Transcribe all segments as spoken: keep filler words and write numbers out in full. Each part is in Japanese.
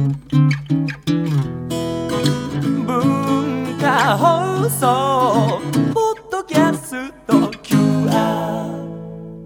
文化放送ポッドキャスト キューアール。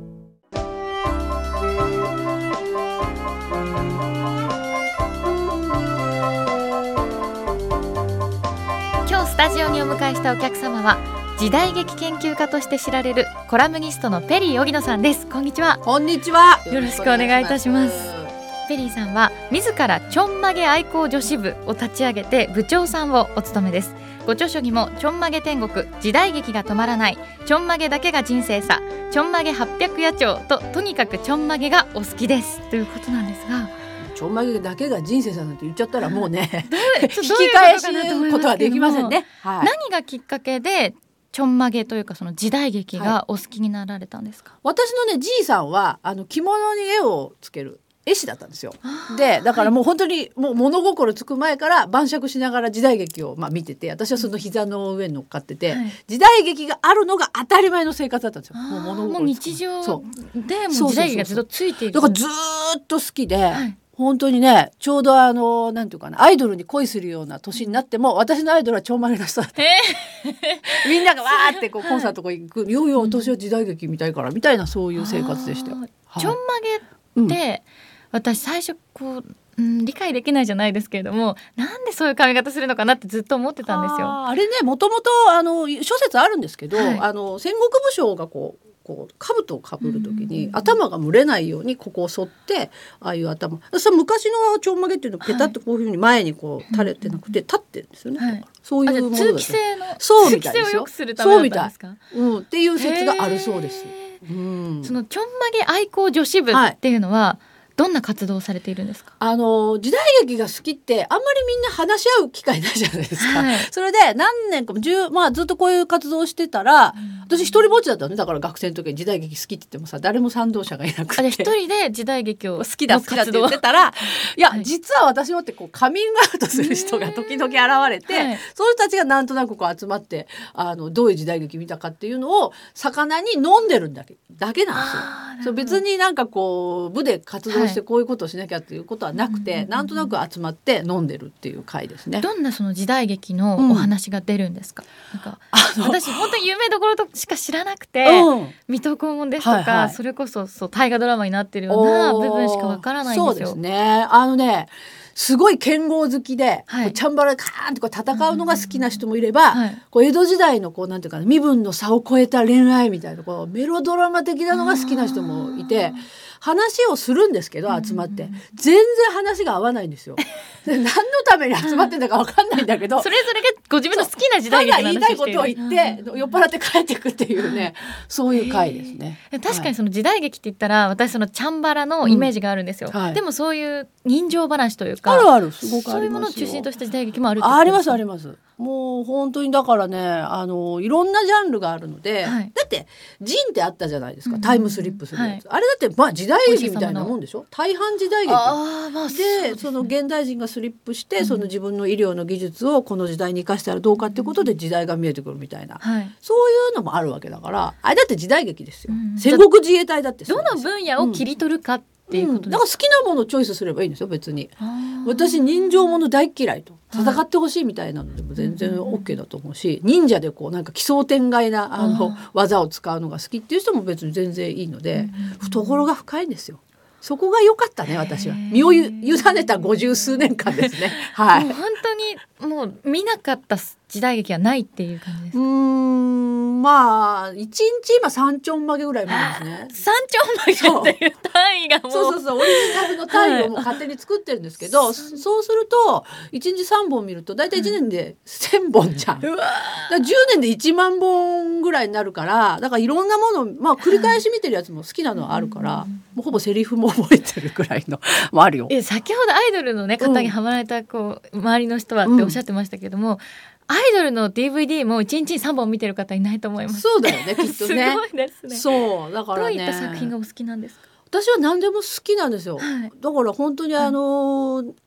今日スタジオにお迎えしたお客様は時代劇研究家として知られるコラムニストのペリー荻野さんです。こんにちは。 こんにちは。 よろしくお願いいたします。ペリーさんは自らちょんまげ愛好女子部を立ち上げて部長さんをお務めです。ご著書にもちょんまげ天国、時代劇が止まらない、ちょんまげだけが人生さ、ちょんまげはっぴゃく野鳥と、とにかくちょんまげがお好きですということなんですが、 ちょんまげだけが人生さなんて言っちゃったらもうね引き返しことはできませんね、はい、 何がきっかけでちょんまげというかその時代劇がお好きになられたんですか？ はい、私のねじいさんはあの着物に絵をつける絵師だったんですよ。でだからもう本当にもう物心つく前から晩酌しながら時代劇をまあ見てて、私はその膝の上に乗っかってて、はい、時代劇があるのが当たり前の生活だったんですよ。もう物心つく、もう日常でもう時代劇がずっとついている。 だからずっと好きで、はい、本当にねちょうどあのなんていうかなアイドルに恋するような年になっても私のアイドルはちょんまげの人だった、えー、みんながわーってこうコンサートとか行く、いよいよ私は時代劇見たいからみたいなそういう生活でしたよ。はい、 ちょんまげって、うん、私最初こう、うん、理解できないじゃないですけれども、なんでそういう髪型するのかなってずっと思ってたんですよ。 あ, あれねもともとあの諸説あるんですけど、はい、あの戦国武将がこうこう兜をかぶるときに、うん、頭が蒸れないようにここを沿ってああいう頭、さ昔のちょんまげっていうのはペタッとこういうふうに前にこう垂れてなくて立ってるんですよね。はい、そういうものだと通気性のそうみたいですよ。 通気性を良くするためだったんですか？ そうみたい、うん、っていう説があるそうです。うん、 そのちょんまげ愛好女子部っていうのは、はい、どんな活動をされているんですか？ あの時代劇が好きってあんまりみんな話し合う機会ないじゃないですか。はい、それで何年かも、まあ、ずっとこういう活動をしてたら、うん、私一人ぼっちだったのね。だから学生の時に時代劇好きって言ってもさ誰も賛同者がいなくて、 一人で時代劇を好きだ好きだって言ってたらいや、はい、実は私もってこうカミングアウトする人が時々現れて、はい、そういう人たちがなんとなくこう集まってあのどういう時代劇見たかっていうのを魚に飲んでるんだけだけなんですよ。そう別になんかこう部で活動してこういうことをしなきゃっていうことはなくて、はい、なんとなく集まって飲んでるっていう回ですね。 どんなその時代劇のお話が出るんですか？うん、なんか私本当に有名どころとしか知らなくて、うん、水戸黄門ですとか、はいはい、それこそそう大河ドラマになってるような部分しかわからないんですよ。 そうですね。あのねすごい剣豪好きで、はい、チャンバラでカーンとか戦うのが好きな人もいれば、はい、こう江戸時代のこうなんていうかな身分の差を超えた恋愛みたいなこうメロドラマ的なのが好きな人もいて、話をするんですけど集まって、うん、全然話が合わないんですよ。何のために集まってんだか分かんないんだけどそれぞれがご自分の好きな時代劇の話をしている。 ただ言いたいことを言って、うん、酔っ払って帰っていくっていうねそういう回ですね。 確かにその時代劇って言ったら私そのチャンバラのイメージがあるんですよ。うんはい、でもそういう人情話というかあるあるすごくありますよ。 そういうものを中心とした時代劇もあるってことですか？ありますあります。もう本当にだからねあのいろんなジャンルがあるので、はい、だってジンってあったじゃないですか、うん、タイムスリップするやつ、はい、あれだってまあ時代劇みたいなもんでしょ。大半時代劇あ、まあ、 で、 そうですね、 その現代人がスリップして、うん、その自分の医療の技術をこの時代に生かしたらどうかっていうことで時代が見えてくるみたいな、はい、そういうのもあるわけだからあれだって時代劇ですよ。うん、戦国自衛隊だってそうです。 どの分野を切り取るかっていうことです、 うん、だから好きなものをチョイスすればいいんですよ別に。私人情もの大嫌いと戦ってほしいみたいなのでも全然 OK だと思うし、忍者でこうなんか奇想天外なあの技を使うのが好きっていう人も別に全然いいので、懐が深いんですよ。そこが良かったね。私は身をゆ委ねた五十数年間ですね。はい。 もう本当にもう見なかった時代劇はないっていう感じですか？ うーんまあ一日今三ちょんまげぐらい見るんですね。 三ちょんまげっていう単位がもうそうそうそうオリジナルの単位をもう勝手に作ってるんですけど、はい、そうすると一日三本見るとだいたい一年で千本じゃん。うわだから十年で一万本ぐらいになるからだからいろんなものまあ繰り返し見てるやつも好きなのはあるから、はい、もうほぼセリフも覚えてるくらいのもあるよ。 え先ほどアイドルの、ね、方にハマられたこう、うん、周りの人はっておっしゃってましたけども、うんアイドルの ディーブイディー もいちにちにさんぼん見てる方いないと思います。 そうだよねきっとね。 すごいですね。 そうだからね。 どういった作品がお好きなんですか？ 私は何でも好きなんですよ。はい、だから本当にあの、はい、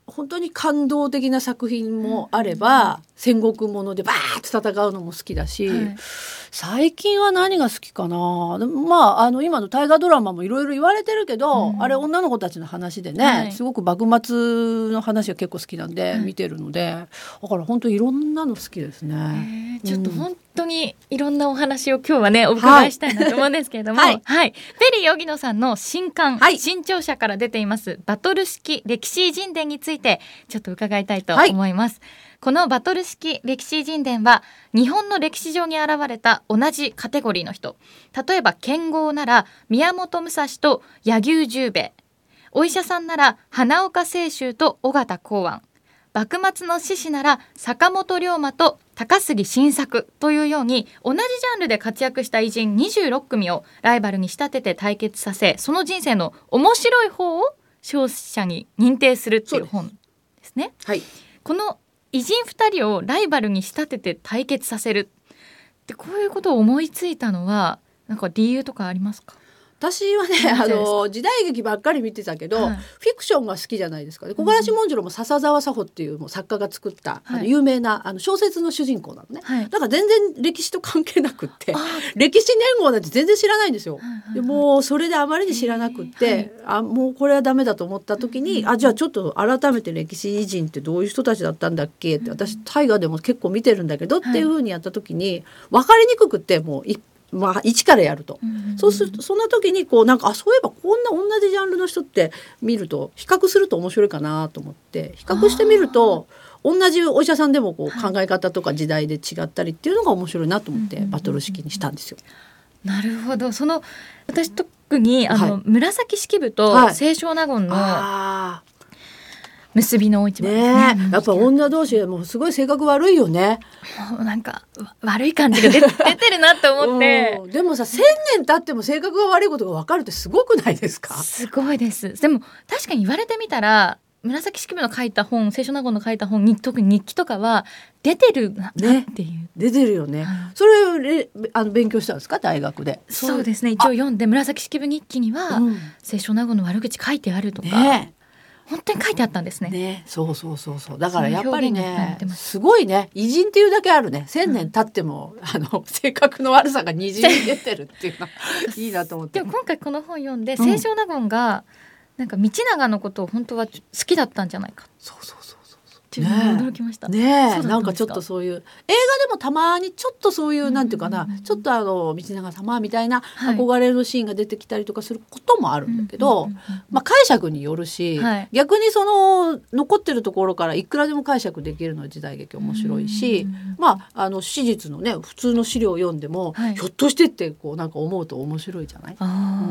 本当に感動的な作品もあれば、うん、戦国ものでバーッと戦うのも好きだし、はい、最近は何が好きかな。でもまあ、あの今の大河ドラマもいろいろ言われてるけど、うん、あれ女の子たちの話でね、はい、すごく幕末の話が結構好きなんで、はい、見てるので、だから本当いろんなの好きですね。 ちょっと本当にいろんなお話を今日はねお伺いしたいなと思うんですけれども、はい、はい、ペリー荻野さんの新刊、はい、新潮社から出ていますバトル式歴史人伝についてちょっと伺いたいと思います、はい、このバトル式歴史人伝は日本の歴史上に現れた同じカテゴリーの人、例えば剣豪なら宮本武蔵と柳生十兵衛、お医者さんなら花岡清舟と緒方洪庵、幕末の志士なら坂本龍馬と高杉晋作というように同じジャンルで活躍した偉人にじゅうろくくみをライバルに仕立てて対決させ、その人生の面白い方を勝者に認定するっていう本ですね。 はい、 この偉人ふたりをライバルに仕立てて対決させるってこういうことを思いついたのはなんか理由とかありますか？ 私はね、あの時代劇ばっかり見てたけど、はい、フィクションが好きじゃないですか。で小林文次郎も笹沢佐穂っていうもう作家が作った、はい、あの有名なあの小説の主人公なのね、はい、だから全然歴史と関係なくって歴史年号なんて全然知らないんですよ、はいはいはい、でもうそれであまりに知らなくって、はい、あもうこれはダメだと思った時に、うん、あじゃあちょっと改めて歴史偉人ってどういう人たちだったんだっけって、私大河でも結構見てるんだけど、はい、っていう風にやった時に分かりにくくってもう一まあ、一からやると、うんうん、そうするとそんな時にこうなんかあそういえばこんな同じジャンルの人って見ると比較すると面白いかなと思って比較してみると同じお医者さんでもこう考え方とか時代で違ったりっていうのが面白いなと思ってバトル式にしたんですよ。 なるほど。その私特にあの、はい、紫式部と清少納言の、はい、結びの大一番ですね。 ね、やっぱ女同士もうすごい性格悪いよね。 もうなんか悪い感じが出, 出てるなって思って、 うん、でもさ千年経っても性格が悪いことが分かるってすごくないですか？ すごいです。でも確かに言われてみたら紫式部の書いた本、清少納言の書いた本に特に日記とかは出てるな、ね、っていう出てるよね、うん、それあの勉強したんですか大学で？ そうですね、一応読んで紫式部日記には、うん、清少納言の悪口書いてあるとか、ね、本当に書いてあったんですね。 ね、そうそうそうそう。だからやっぱりね、すごいね、偉人っていうだけあるね。千年経っても、うん、あの性格の悪さがにじみ出てるっていうのいいなと思って。 でも今回この本読んで、清少納言がなんか道長のことを本当は好きだったんじゃないか。 そうそうそうそう。 ね、驚きました。 ねえ、なんかちょっとそういう映画でもたまにちょっとそういう、うん、なんていうかな、ちょっとあの道長様みたいな憧れのシーンが出てきたりとかすることもあるんだけど、まあ解釈によるし、はい、逆にその残ってるところからいくらでも解釈できるのは時代劇面白いし、うん、まああの史実のね普通の資料を読んでも、はい、ひょっとしてってこうなんか思うと面白いじゃない？うん、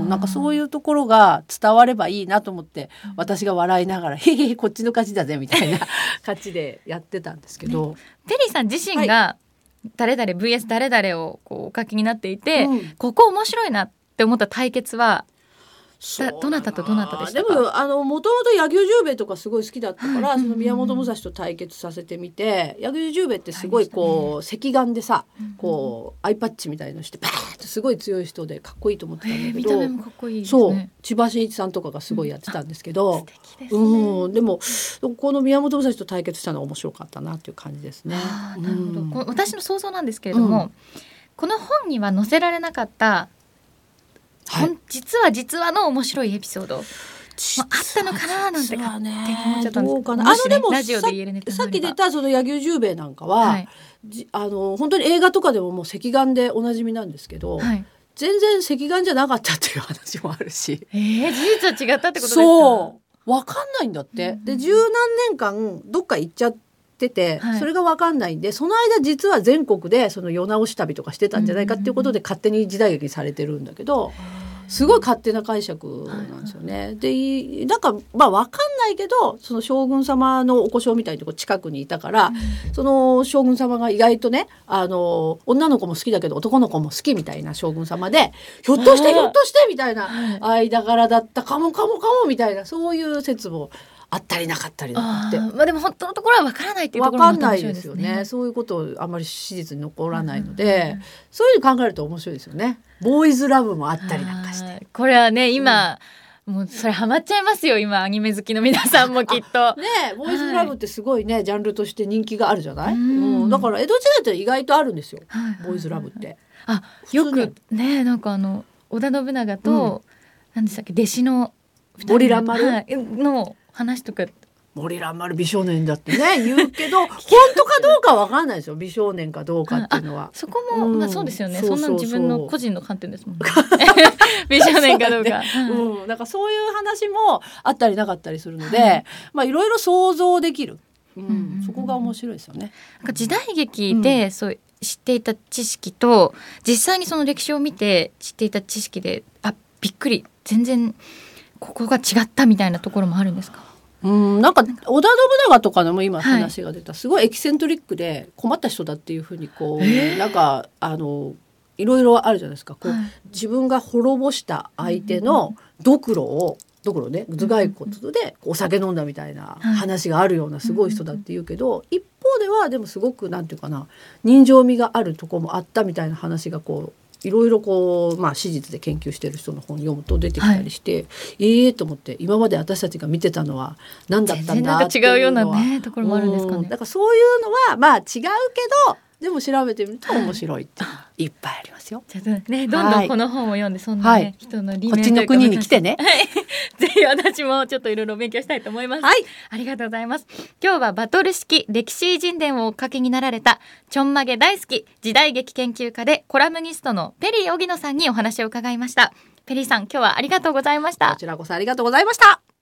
なんかそういうところが伝わればいいなと思って、私が笑いながらへへへこっちの勝ちだぜみたいな感じでやってたんですけど、ね、 ペリーさん自身が誰々 ブイエス 誰々をこうお書きになっていて、うん、ここ面白いなって思った対決はどなたとどなたでしたか？ でもあのもともと柳生十兵衛とかすごい好きだったから、はい、その宮本武蔵と対決させてみて、柳生十兵衛ってすごいこう、ね、赤眼でさ、こうアイパッチみたいのしてバーッとすごい強い人でかっこいいと思ってたんだけど、 見た目もかっこいいですね。 そう千葉真一さんとかがすごいやってたんですけど、うん、素敵ですね。うん、でもこの宮本武蔵と対決したのは面白かったなっていう感じですね。 あ、なるほど、うん、この私の想像なんですけれども、うん、この本には載せられなかったはい、実は実はの面白いエピソード、まあ、あったのかななんて勝手に思っちゃったんですけど、あのでもラジオで言えるネタさっき出たその柳生十兵衛なんかは、はい、あの本当に映画とかでももう赤眼でおなじみなんですけど、はい、全然赤眼じゃなかったっていう話もあるし、 えー、事実は違ったってことですか？ そう分かんないんだって、うん、で十何年間どっか行っちゃってて、はい、それが分かんないんで、その間実は全国でその世直し旅とかしてたんじゃないかっていうことで勝手に時代劇されてるんだけど、すごい勝手な解釈なんですよね、はい、でなんかまあ分かんないけど、その将軍様のお故障みたいなとこ近くにいたから、うん、その将軍様が意外とね、あの女の子も好きだけど男の子も好きみたいな将軍様で、ひょっとしてひょっとしてみたいな間柄だったかもかもかもみたいな、そういう説もあったりなかったりなって、 あ、まあ、でも本当のところは分からないっていうところも面白いですね。 分かんないですよね。そういうことあんまり史実に残らないので、うん、そういうふうに考えると面白いですよね。ボーイズラブもあったりなんかして、 これはね今、 もうそれハマっちゃいますよ今アニメ好きの皆さんもきっとねえボーイズラブってすごいね、はい、ジャンルとして人気があるじゃない、 うんうん、だから江戸時代って意外とあるんですよ、 はいはいはい、 ボーイズラブってあよくねなんかあの織田信長と、うん、何でしたっけ弟子の森蘭丸、 はい、の話とか森蘭丸美少年だってね言うけど本当かどうかわかんないですよ美少年かどうかっていうのはそこも、うんまあ、そうですよね。 そ, そうそうそうそんな自分の個人の観点ですもんね美少年かどうかそう、ねうん、だからそういう話もあったりなかったりするので、はい、まあいろいろ想像できる、うんうん、そこが面白いですよね。 なんか時代劇でそう、うん知っていた知識と実際にその歴史を見て知っていた知識であびっくり全然ここが違ったみたいなところもあるんですか？ うんなんか織田信長とかのも今話が出た、はい、すごいエキセントリックで困った人だっていうふうにこう、えー、なんかあのいろいろあるじゃないですかこう、はい、自分が滅ぼした相手のドクロをドクロね頭蓋骨でお酒飲んだみたいな話があるようなすごい人だって言うけど、はい、一方ではでもすごくなんていうかな人情味があるとこもあったみたいな話がこういろいろこう、まあ、史実で研究してる人の本読むと出てきたりして、はい、ええー、と思って今まで私たちが見てたのは何だったんだっていうのは全然なんか違うような、ね、ところもあるんですかね。 だからそういうのはまあ違うけどでも調べてみると面白いっていっぱいありますよ。 じゃあね、どんどんこの本を読んでそんな、ねはい、人の理念こっちの国に来てね。 ぜひ私もちょっといろいろ勉強したいと思います。 はい、 ありがとうございます。今日はバトル式歴史人伝をお書きになられたちょんまげ大好き時代劇研究家でコラムニストのペリー荻野さんにお話を伺いました。ペリーさん今日はありがとうございました。 こちらこそありがとうございました。